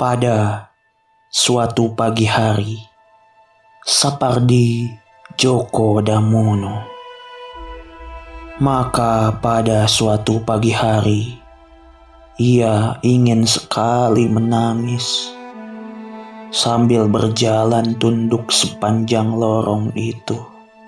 Pada suatu pagi hari, Sapardi Djoko Damono. Maka pada suatu pagi hari, ia ingin sekali menangis. Sambil berjalan tunduk sepanjang lorong itu,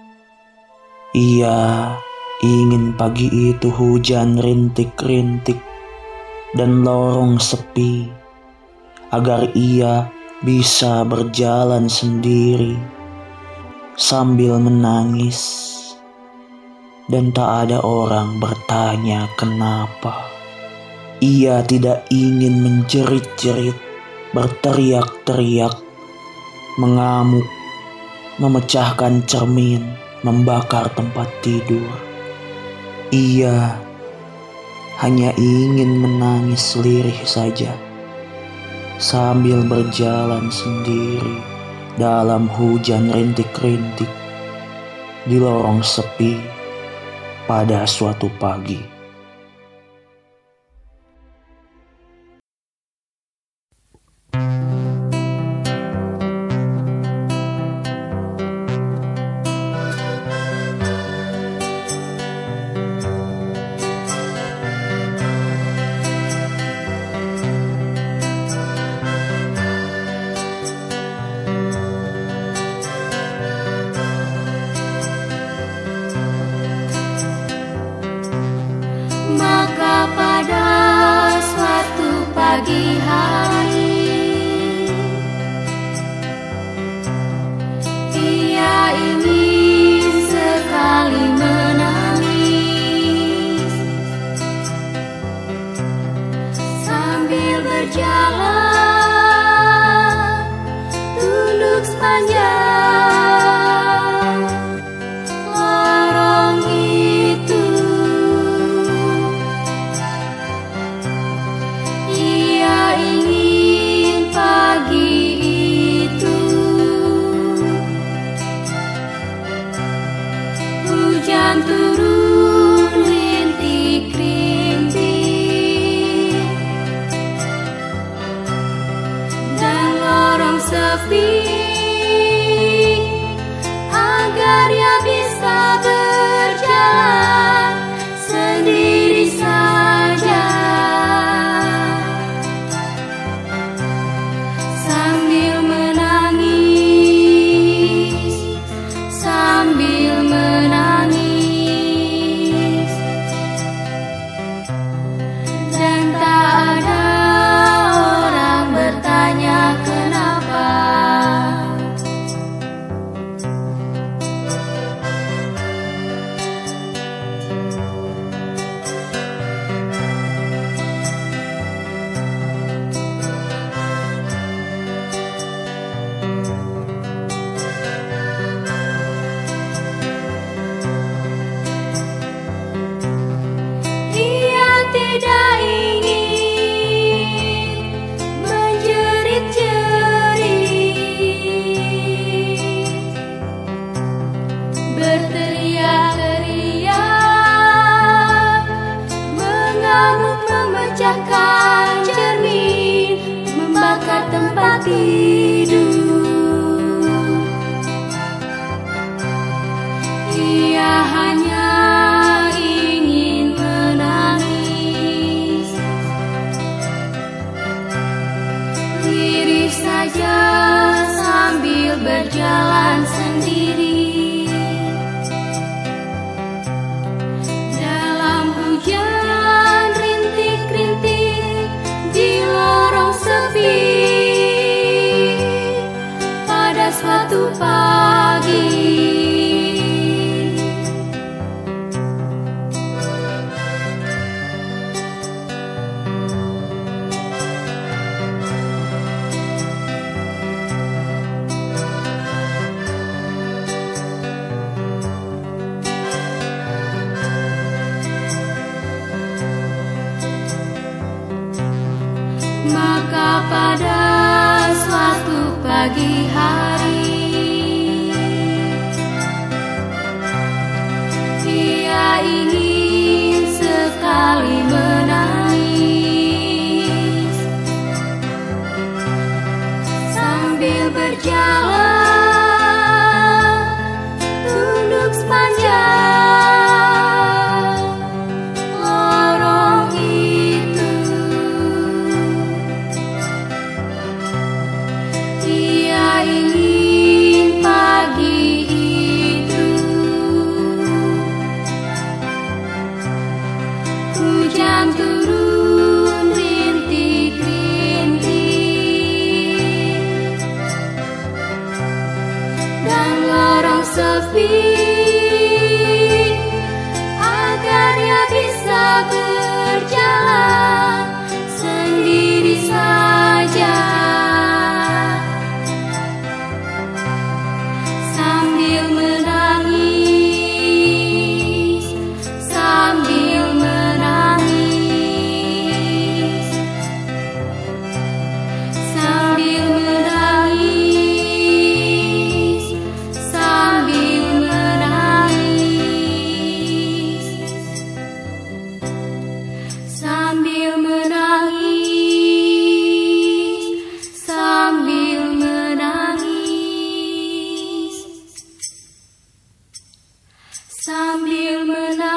ia ingin pagi itu hujan rintik-rintik dan lorong sepi, agar ia bisa berjalan sendiri sambil menangis. Dan tak ada orang bertanya kenapa. Ia tidak ingin menjerit-jerit, berteriak-teriak, mengamuk, memecahkan cermin, membakar tempat tidur. Ia hanya ingin menangis lirih saja, sambil berjalan sendiri dalam hujan rintik-rintik di lorong sepi pada suatu pagi. Maka pada suatu pagi hari, ia ingin sekali menangis. Sambil berjalan tunduk sepanjang lorong itu, ia ingin pagi itu hujan turun rintik-rintik dan lorong sepi, agar ia bisa berjalan sendiri saja sambil menangis, sambil menangis. Dan tak ada orang bertanya kenapa. Ia tidak ingin menjerit-jerit, berteriak-teriak, mengamuk, memecahkan cermin, membakar tempat tidur. Ia hanya ingin menangis lirih saja sambil berjalan sendiri dalam hujan rintik-rintik di lorong sepi pada suatu pagi. Maka pada suatu pagi hari, ia ingin sekali menangis. berjalan tunduk sepanjang lorong itu. Dia ingin pagi itu hujan turun rintik-rintik dan lorong sepi agar ia bisa berjalan sendiri saja sambil menangis, sambil menangis, sambil menangis, sambil menangis, sambil menangis, sambil menangis, sambil menangis.